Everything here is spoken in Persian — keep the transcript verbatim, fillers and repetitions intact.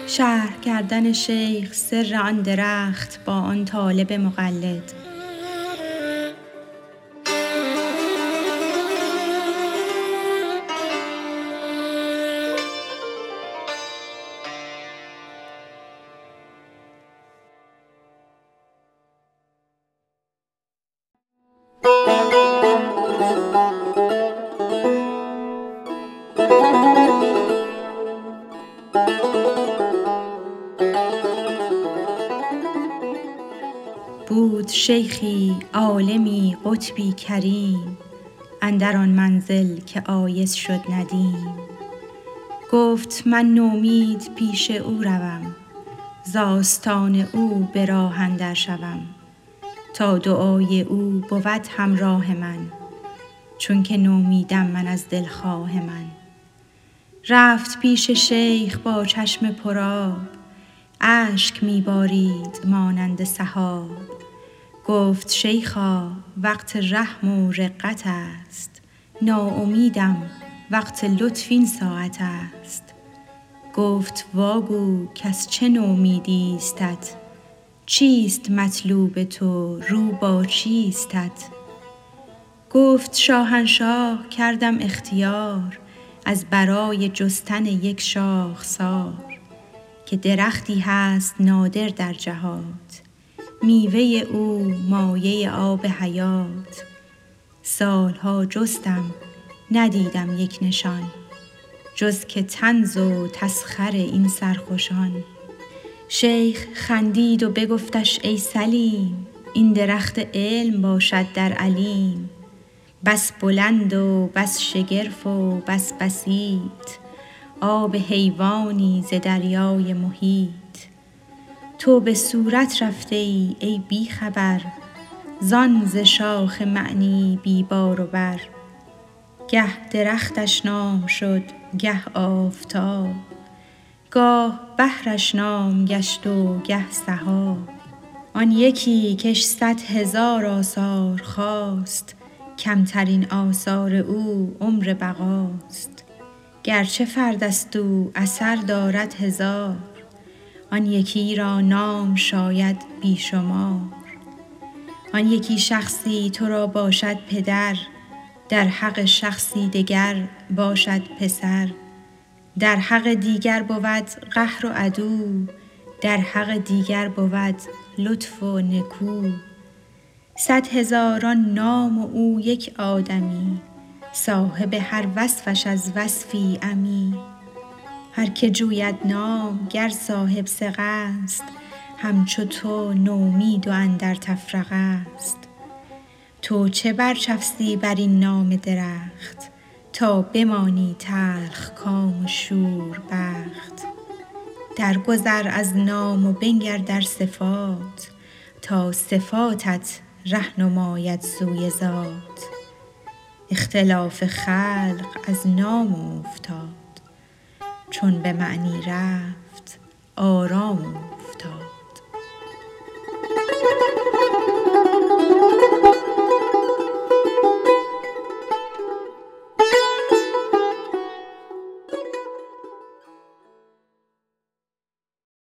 شرح کردن شیخ سر آن درخت با آن طالب مقلد. بود شیخی عالمی قطبی کریم، اندر آن منزل که آیس شد ندیم. گفت من نومید پیش او روم، ز آستان او به راه اندر شوم. تا دعای او بود همراه من، چون که نومیدم من از دلخواه من. رفت پیش شیخ با چشم پرآب، اشک می بارید مانند سحاب. گفت شیخا وقت رحم و رقت است، ناامیدم وقت لطف این ساعت است. گفت واگو کز چه نومیدیستت، چیست مطلوب تو رو با چیستت؟ گفت شاهنشاه کردم اختیار، از برای جستن یک شاخسار. که درختی هست نادر در جهات، میوه او مایه آب حیات. سالها جستم ندیدم یک نشان، جز که طنز و تسخر این سرخوشان. شیخ خندید و بگفتش ای سلیم، این درخت علم باشد در علیم. بس بلند و بس شگرف و بس بسیط، آب حیوانی ز دریای محیط. تو به صورت رفته ای ای بی خبر، زان ز شاخ معنی بی بار و بر. گه درختش نام شد گه آفتاب، گاه بحرش نام گشت و گه سحاب. آن یکی کش صد هزار آثار خواست، کمترین آثار او عمر بقاست. گرچه فرد است او اثر دارد هزار، آن یکی را نام شاید بی شمار. آن یکی شخصی تو را باشد پدر، در حق شخصی دگر باشد پسر. در حق دیگر بود قهر و عدو، در حق دیگر بود لطف و نکو. صد هزاران نام و او یک آدمی، صاحب هر وصفش از وصفی عمی. هر که جوید نام گر صاحب ثقه است، همچو تو نومید و اندر تفرقه است. تو چه برچفسی بر این نام درخت، تا بمانی تلخ کام و شور بخت. درگذر از نام و بنگر در صفات، تا صفاتت ره نماید سوی ذات. اختلاف خلق از نام افتاد، چون به معنی رفت آرام افتاد.